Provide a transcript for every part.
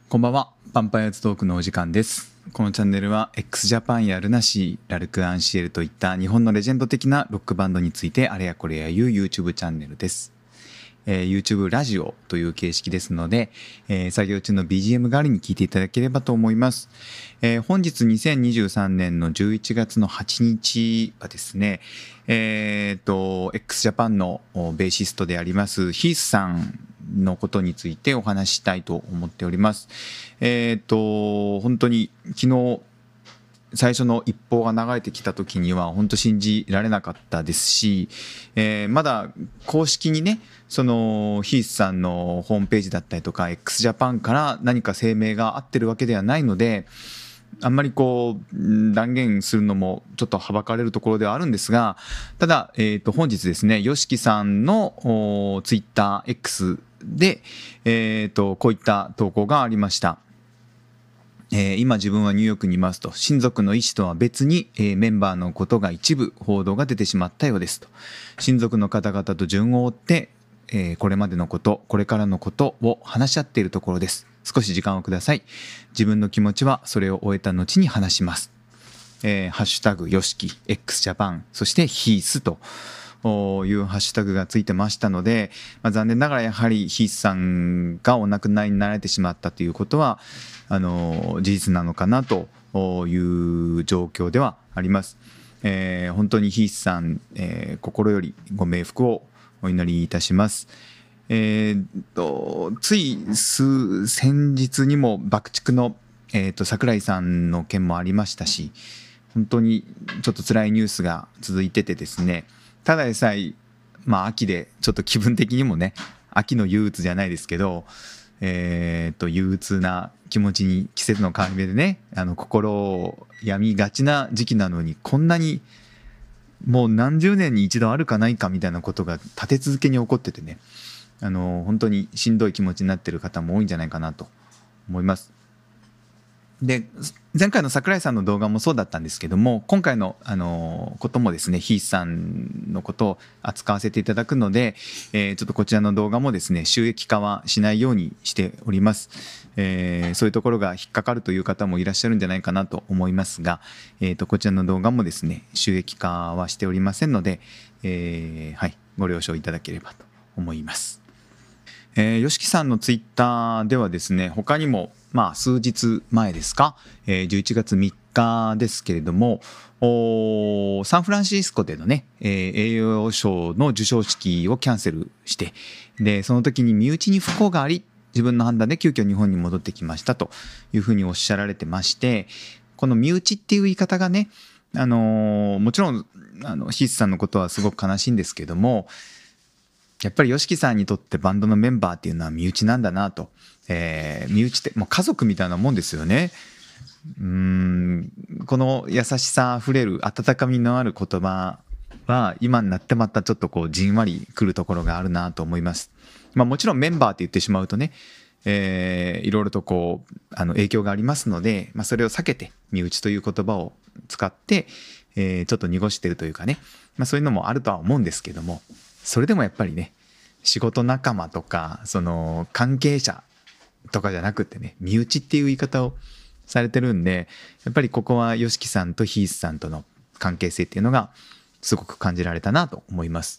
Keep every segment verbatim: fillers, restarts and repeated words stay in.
こんばんは。パンパイアーツトークのお時間です。このチャンネルは x ジャパンやルナシー、ラルク・アンシエルといった日本のレジェンド的なロックバンドについてあれやこれや言う YouTube チャンネルです。えー、YouTube ラジオという形式ですので、えー、作業中の ビージーエム 代わりに聞いていただければと思います。えー、本日にせんにじゅうさんねんのじゅういちがつのはちにちはですね、えー、と x ジャパンのベーシストでありますヒースさんのことについてお話ししたいと思っております。えっ、と本当に昨日最初の一報が流れてきた時には本当信じられなかったですし、えー、まだ公式にねそのヒースさんのホームページだったりとか x ジャパンから何か声明が合ってるわけではないので、あんまりこう断言するのもちょっとはばかれるところではあるんですが、ただ、えー、と本日ですね YOSHIKI さんのツイッター X で、えー、とこういった投稿がありました。えー、今自分はニューヨークにいますと。親族の意思とは別に、えー、メンバーのことが一部報道が出てしまったようですと。親族の方々と順を追って、えー、これまでのこと、これからのことを話し合っているところです。少し時間をください。自分の気持ちはそれを終えた後に話します。えー、ハッシュタグ YOSHIKI、X ジャパン、そしてヒースというハッシュタグがついてましたので、まあ、残念ながらやはりヒースさんがお亡くなりになられてしまったということはあの事実なのかなという状況ではあります。えー、本当にヒースさん、えー、心よりご冥福をお祈りいたします。えー、とつい数先日にも爆竹の、えー、と桜井さんの件もありましたし、本当にちょっと辛いニュースが続いててですね、ただでさえ、まあ、秋でちょっと気分的にもね秋の憂鬱じゃないですけど、えー、と憂鬱な気持ちに季節の変わり目でねあの心を病みがちな時期なのに、こんなにもう何十年に一度あるかないかみたいなことが立て続けに起こっててね、あの本当にしんどい気持ちになっている方も多いんじゃないかなと思います。で前回の桜井さんの動画もそうだったんですけども、今回の、あのこともですねヒースさんのことを扱わせていただくので、えー、ちょっとこちらの動画もですね収益化はしないようにしております。えー、そういうところが引っかかるという方もいらっしゃるんじゃないかなと思いますが、えー、とこちらの動画もですね収益化はしておりませんので、えーはい、ご了承いただければと思います。えー、YOSHIKIさんのツイッターではですね他にもまあ数日前ですか、えー、じゅういちがつみっかですけれどもサンフランシスコでのね、えー、栄誉賞の授賞式をキャンセルして、でその時に身内に不幸があり自分の判断で急遽日本に戻ってきましたというふうにおっしゃられてまして、この身内っていう言い方がね、あのー、もちろんあのヒースさんのことはすごく悲しいんですけども、やっぱり YOSHIKI さんにとってバンドのメンバーっていうのは身内なんだなと、えー、身内ってもう家族みたいなもんですよね。うーんこの優しさあふれる温かみのある言葉は今になってまたちょっとこうじんわりくるところがあるなと思います。まあ、もちろんメンバーって言ってしまうとね、えー、いろいろとこうあの影響がありますので、まあ、それを避けて身内という言葉を使って、えー、ちょっと濁してるというかね、まあ、そういうのもあるとは思うんですけども、それでもやっぱりね仕事仲間とかその関係者とかじゃなくてね身内っていう言い方をされてるんで、やっぱりここは YOSHIKI さんとヒースさんとの関係性っていうのがすごく感じられたなと思います。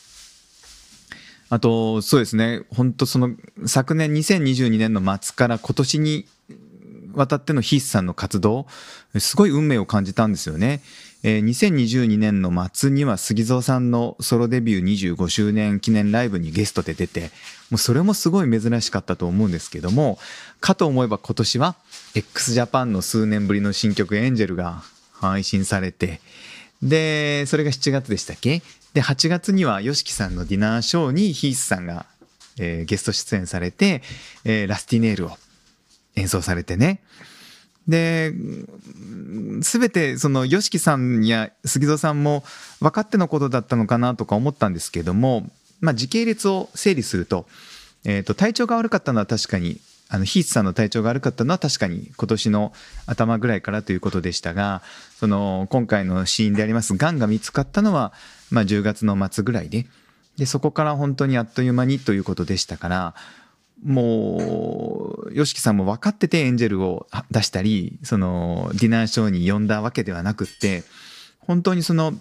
あとそうですね、本当その昨年にせんにじゅうにねんの末から今年にわたってのヒースさんの活動、すごい運命を感じたんですよね。えー、にせんにじゅうにねんの末には杉蔵さんのソロデビューにじゅうごしゅうねん記念ライブにゲストで出て、もうそれもすごい珍しかったと思うんですけども、かと思えば今年は x ジャパンの数年ぶりの新曲エンジェルが配信されて、でそれがしちがつでしたっけ。ではちがつには YOSHIKI さんのディナーショーにヒースさんが、えー、ゲスト出演されて、えー、ラスティネールを演奏されてね。で全てその YOSHIKI さんや杉蔵さんも分かってのことだったのかなとか思ったんですけども、まあ、時系列を整理すると、えー、と体調が悪かったのは確かにあのヒースさんの体調が悪かったのは確かに今年の頭ぐらいからということでしたが、その今回の死因でありますがんが見つかったのは、まあ、じゅうがつの末ぐらいで、でそこから本当にあっという間にということでしたから、 もう YOSHIKI さんも分かっててエンジェルを出したり、そのディナーショーに呼んだわけではなくって、本当にその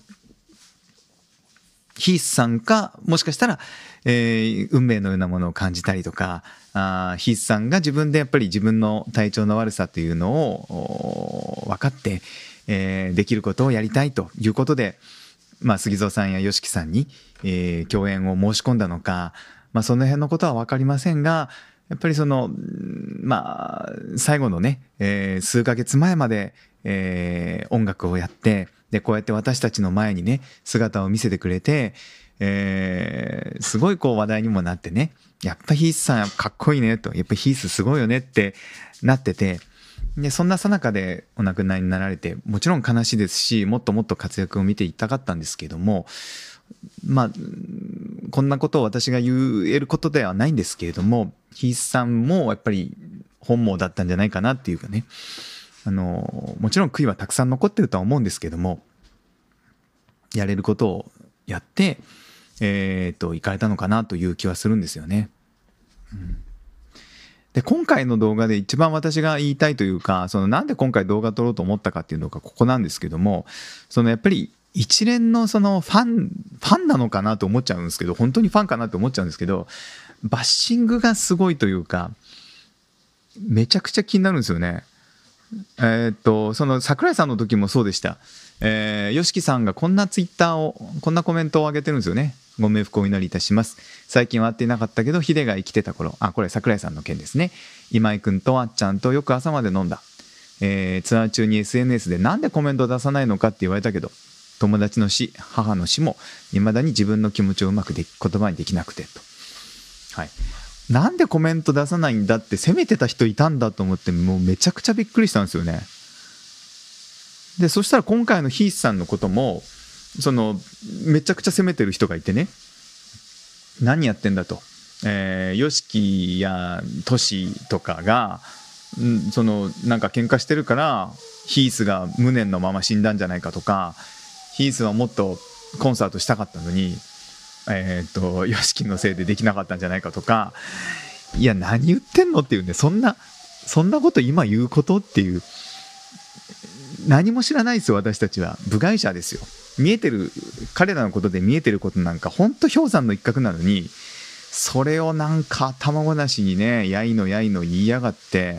ヒースさんか、もしかしたら、えー、運命のようなものを感じたりとか、あヒースさんが自分でやっぱり自分の体調の悪さというのを分かって、えー、できることをやりたいということで、まあ、杉蔵さんや YOSHIKI さんに、えー、共演を申し込んだのか、まあ、その辺のことは分かりませんが、やっぱりその、まあ、最後のね、えー、数ヶ月前まで、えー、音楽をやって、でこうやって私たちの前にね姿を見せてくれて、えー、すごいこう話題にもなってね、やっぱヒースさんかっこいいねと、やっぱヒースすごいよねってなってて、でそんな最中でお亡くなりになられて、もちろん悲しいですし、もっともっと活躍を見ていたかったんですけども、まあこんなことを私が言えることではないんですけれども、ヒースさんもやっぱり本望だったんじゃないかなっていうかね、あのもちろん悔いはたくさん残ってるとは思うんですけども、やれることをやって、えー、と行かれたのかなという気はするんですよね。うん、で今回の動画で一番私が言いたいというか、そのなんで今回動画撮ろうと思ったかっていうのがここなんですけども、そのやっぱり一連のそのファンファンなのかなと思っちゃうんですけど、本当にファンかなと思っちゃうんですけど、バッシングがすごいというか、めちゃくちゃ気になるんですよね。えー、っとその桜井さんの時もそうでした。えー、YOSHIKI さんがこんなツイッターをこんなコメントを上げてるんですよね。ご冥福をお祈りいたします。最近は会っていなかったけどヒデが生きてた頃、あこれ桜井さんの件ですね。今井くんとあっちゃんとよく朝まで飲んだ、えー、ツアー中に エスエヌエス でなんでコメント出さないのかって言われたけど、友達の死、母の死も未だに自分の気持ちをうまくで言葉にできなくてと、はい、なんでコメント出さないんだって責めてた人いたんだと思って、もうめちゃくちゃびっくりしたんですよね。でそしたら今回のヒースさんのこともそのめちゃくちゃ責めてる人がいてね、何やってんだと、えー、YOSHIKIやトシとかがんそのなんか喧嘩してるからヒースが無念のまま死んだんじゃないかとか、ヒースはもっとコンサートしたかったのに、えー、っと YOSHIKI のせいでできなかったんじゃないかとか、いや何言ってんのっていうね、そんなそんなこと今言うことっていう、何も知らないですよ。私たちは部外者ですよ。見えてる彼らのことで見えてることなんかほんと氷山の一角なのに、それをなんか卵なしにねやいのやいの言いやがって、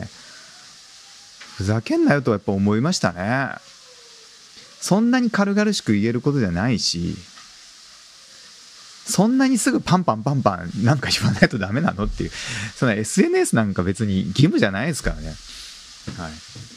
ふざけんなよとやっぱ思いましたね。そんなに軽々しく言えることじゃないし、そんなにすぐパンパンパンパンなんか言わないとダメなのっていう、その エスエヌエス なんか別に義務じゃないですからね。はい。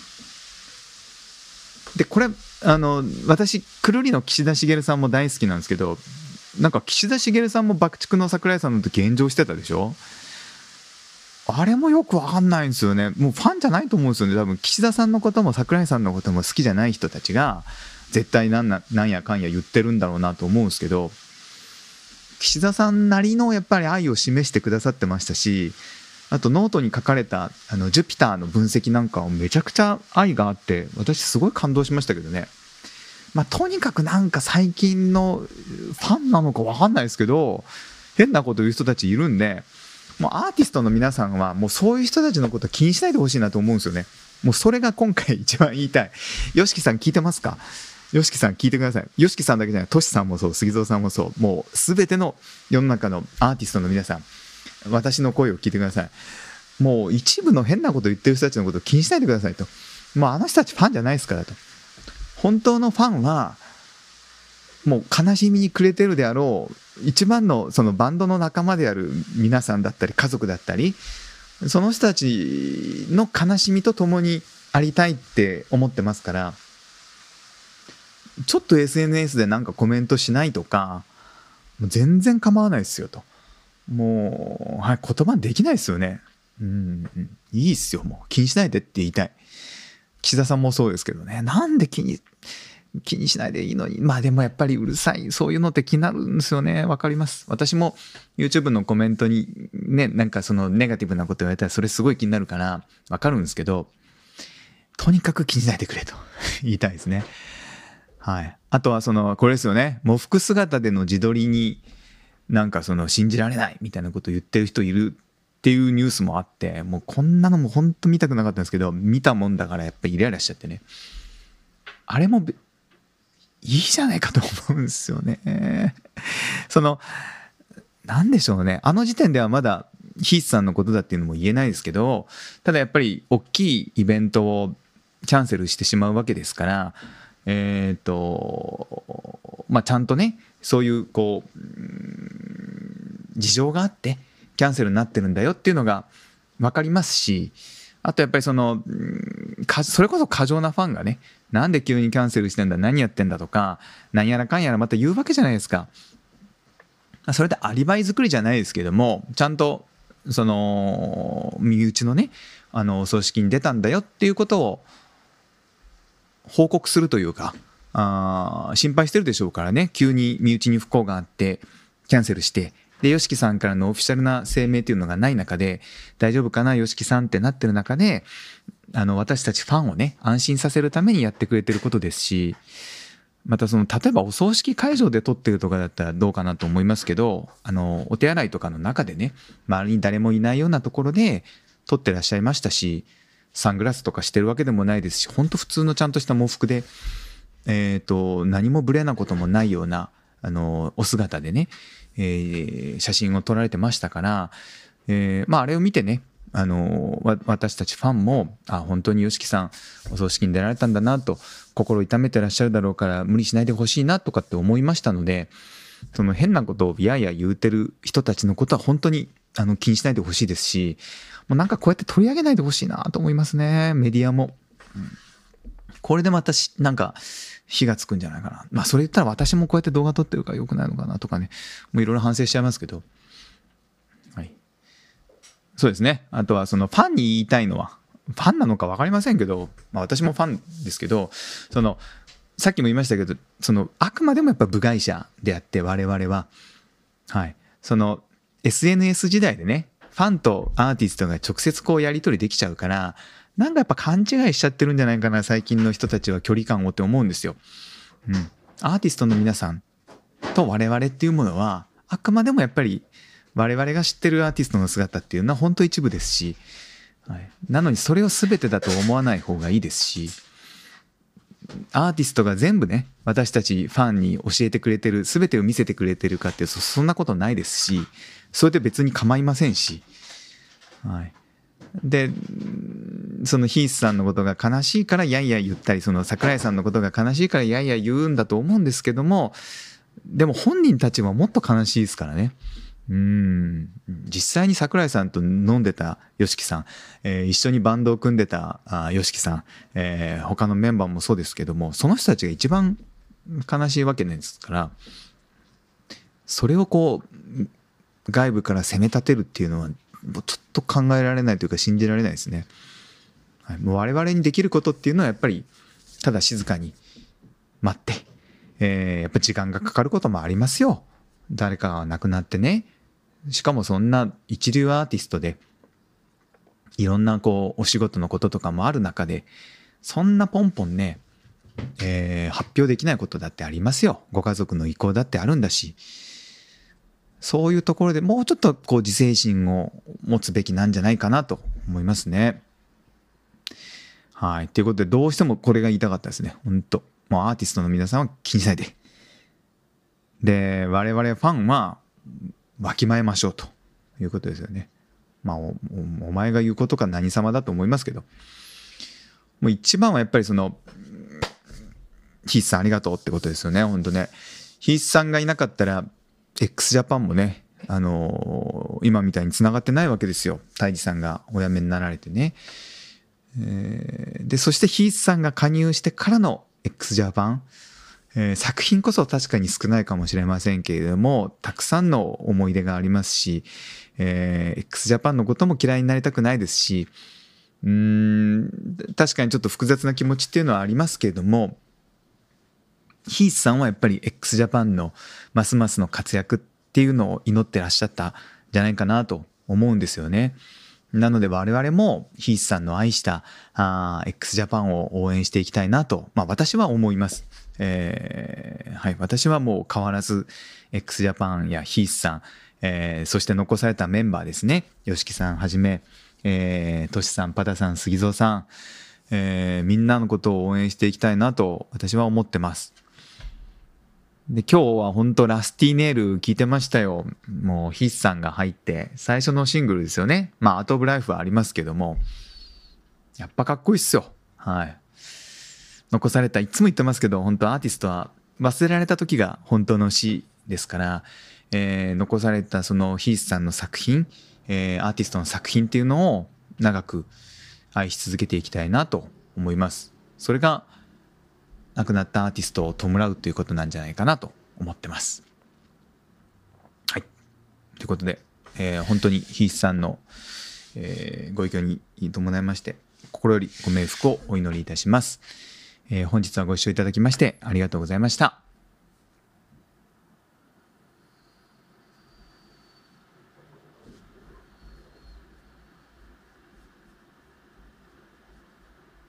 でこれあの私くるりの岸田茂さんも大好きなんですけど、なんか岸田茂さんも爆竹の桜井さんの時炎上してたでしょ。あれもよく分かんないんですよね。もうファンじゃないと思うんですよね。多分岸田さんのことも桜井さんのことも好きじゃない人たちが絶対なんな、なんやかんや言ってるんだろうなと思うんですけど、岸田さんなりのやっぱり愛を示してくださってましたし、あとノートに書かれたあのジュピターの分析なんかもめちゃくちゃ愛があって、私すごい感動しましたけどね。まあとにかくなんか最近のファンなのか分かんないですけど、変なこと言う人たちいるんで、もうアーティストの皆さんはもうそういう人たちのことは気にしないでほしいなと思うんですよね。もうそれが今回一番言いたい。YOSHIKIさん聞いてますか？ YOSHIKI さん聞いてください。YOSHIKIさんだけじゃない、トシさんもそう、杉蔵さんもそう、もう全ての世の中のアーティストの皆さん、私の声を聞いてください。もう一部の変なこと言ってる人たちのことを気にしないでくださいと。もうあの人たちファンじゃないですからと。本当のファンはもう悲しみに暮れてるであろう一番のそのバンドの仲間である皆さんだったり家族だったり、その人たちの悲しみと共にありたいって思ってますから、ちょっと エスエヌエス でなんかコメントしないとかもう全然構わないですよと。もう、はい、言葉できないですよね。うん、いいっすよ、もう気にしないでって言いたい。岸田さんもそうですけどね、なんで気に気にしないでいいのに。まあでもやっぱりうるさい、そういうのって気になるんですよね。わかります。私も YouTube のコメントにね、なんかそのネガティブなこと言われたらそれすごい気になるからわかるんですけど、とにかく気にしないでくれと言いたいですね。はい。あとはそのこれですよね、喪服姿での自撮りになんかその信じられないみたいなことを言ってる人いるっていうニュースもあって、もうこんなのも本当見たくなかったんですけど、見たもんだからやっぱりイライラしちゃってね、あれもいいじゃないかと思うんですよね。そのなんでしょうね、あの時点ではまだヒースさんのことだっていうのも言えないですけど、ただやっぱり大きいイベントをキャンセルしてしまうわけですから、えっとまあちゃんとね、そういうこう事情があってキャンセルになってるんだよっていうのが分かりますし、あとやっぱりそのそれこそ過剰なファンがね、なんで急にキャンセルしてんだ、何やってんだとか、何やらかんやらまた言うわけじゃないですか。それでアリバイ作りじゃないですけども、ちゃんとその身内のね、あのお葬式に出たんだよっていうことを報告するというか、あ心配してるでしょうからね、急に身内に不幸があってキャンセルして、で ヨシキ さんからのオフィシャルな声明っていうのがない中で、大丈夫かな ヨシキ さんってなってる中で、あの私たちファンをね安心させるためにやってくれてることですし、またその例えばお葬式会場で撮ってるとかだったらどうかなと思いますけど、あのお手洗いとかの中でね、周りに誰もいないようなところで撮ってらっしゃいましたし、サングラスとかしてるわけでもないですし、本当普通のちゃんとした喪服で、えーと何も無礼なこともないようなあのお姿でね、えー、写真を撮られてましたから、えー、まああれを見てね、あの私たちファンも、あ本当に ヨシキ さんお葬式に出られたんだなと、心痛めてらっしゃるだろうから無理しないでほしいなとかって思いましたので、その変なことをやや言うてる人たちのことは本当にあの気にしないでほしいですし、もうなんかこうやって取り上げないでほしいなと思いますね、メディアも、うん、これでまたなんか火がつくんじゃないかな。まあそれ言ったら私もこうやって動画撮ってるから良くないのかなとかね、もういろいろ反省しちゃいますけど、はい、そうですね。あとはそのファンに言いたいのは、ファンなのか分かりませんけど、まあ、私もファンですけど、そのさっきも言いましたけど、そのあくまでもやっぱ部外者であって我々は、はい、その エスエヌエス 時代でね、ファンとアーティストが直接こうやり取りできちゃうから、なんかやっぱ勘違いしちゃってるんじゃないかな、最近の人たちは距離感をって思うんですよ。うん、アーティストの皆さんと我々っていうものはあくまでもやっぱり我々が知ってるアーティストの姿っていうのは本当一部ですし、はい、なのにそれを全てだと思わない方がいいですし、アーティストが全部ね私たちファンに教えてくれてる全てを見せてくれてるかっていうとそんなことないですし、それで別に構いませんし、はい、でそのヒースさんのことが悲しいからやいや言ったり、その桜井さんのことが悲しいからやいや言うんだと思うんですけども、でも本人たちはもっと悲しいですからね。うーん実際に桜井さんと飲んでた ヨシキ さん、えー、一緒にバンドを組んでた ヨシキ さん、えー、他のメンバーもそうですけども、その人たちが一番悲しいわけですから、それをこう外部から責め立てるっていうのはちょっと考えられないというか信じられないですね。はい、もう我々にできることっていうのはやっぱりただ静かに待って、えー、やっぱ時間がかかることもありますよ。誰かが亡くなってね、しかもそんな一流アーティストでいろんなこうお仕事のこととかもある中で、そんなポンポンね、えー、発表できないことだってありますよ。ご家族の意向だってあるんだし、そういうところでもうちょっとこう自制心を持つべきなんじゃないかなと思いますね。はい、ということでどうしてもこれが言いたかったですね。本当もうアーティストの皆さんは気にしないで、で我々ファンはわきまえましょうということですよね。まあ お, お前が言うことか何様だと思いますけど、もう一番はやっぱりそのヒースさんありがとうってことですよね。本当ね、ヒースさんがいなかったら x ジャパンもね、あのー、今みたいにつながってないわけですよ。タイジさんがお辞めになられてね、えー、でそしてヒースさんが加入してからの x ジャパン、えー、作品こそ確かに少ないかもしれませんけれども、たくさんの思い出がありますし、えー、x ジャパンのことも嫌いになりたくないですし、うーん確かにちょっと複雑な気持ちっていうのはありますけれども、ヒースさんはやっぱり x ジャパンのますますの活躍っていうのを祈ってらっしゃったんじゃないかなと思うんですよね。なので我々もヒースさんの愛したあ x ジャパンを応援していきたいなと、まあ、私は思います。えーはい、私はもう変わらず x ジャパンやヒースさん、 えー、そして残されたメンバーですね、吉木さんはじめ、えー、トシさん、パタさん、杉蔵さん、えー、みんなのことを応援していきたいなと私は思ってます。で、今日は本当ラスティネイル聞いてましたよ。もう筆さんが入って最初のシングルですよね。まあアートオブライフはありますけども、やっぱかっこいいっすよ。はい。残された、いつも言ってますけど、本当アーティストは忘れられた時が本当の死ですから、えー、残されたそのヒースさんの作品、えー、アーティストの作品っていうのを長く愛し続けていきたいなと思います。それが亡くなったアーティストを弔うということなんじゃないかなと思ってます。はい。ということで、えー、本当にヒースさんの、えー、ご意見に伴いまして心よりご冥福をお祈りいたします。えー、本日はご視聴いただきましてありがとうございました。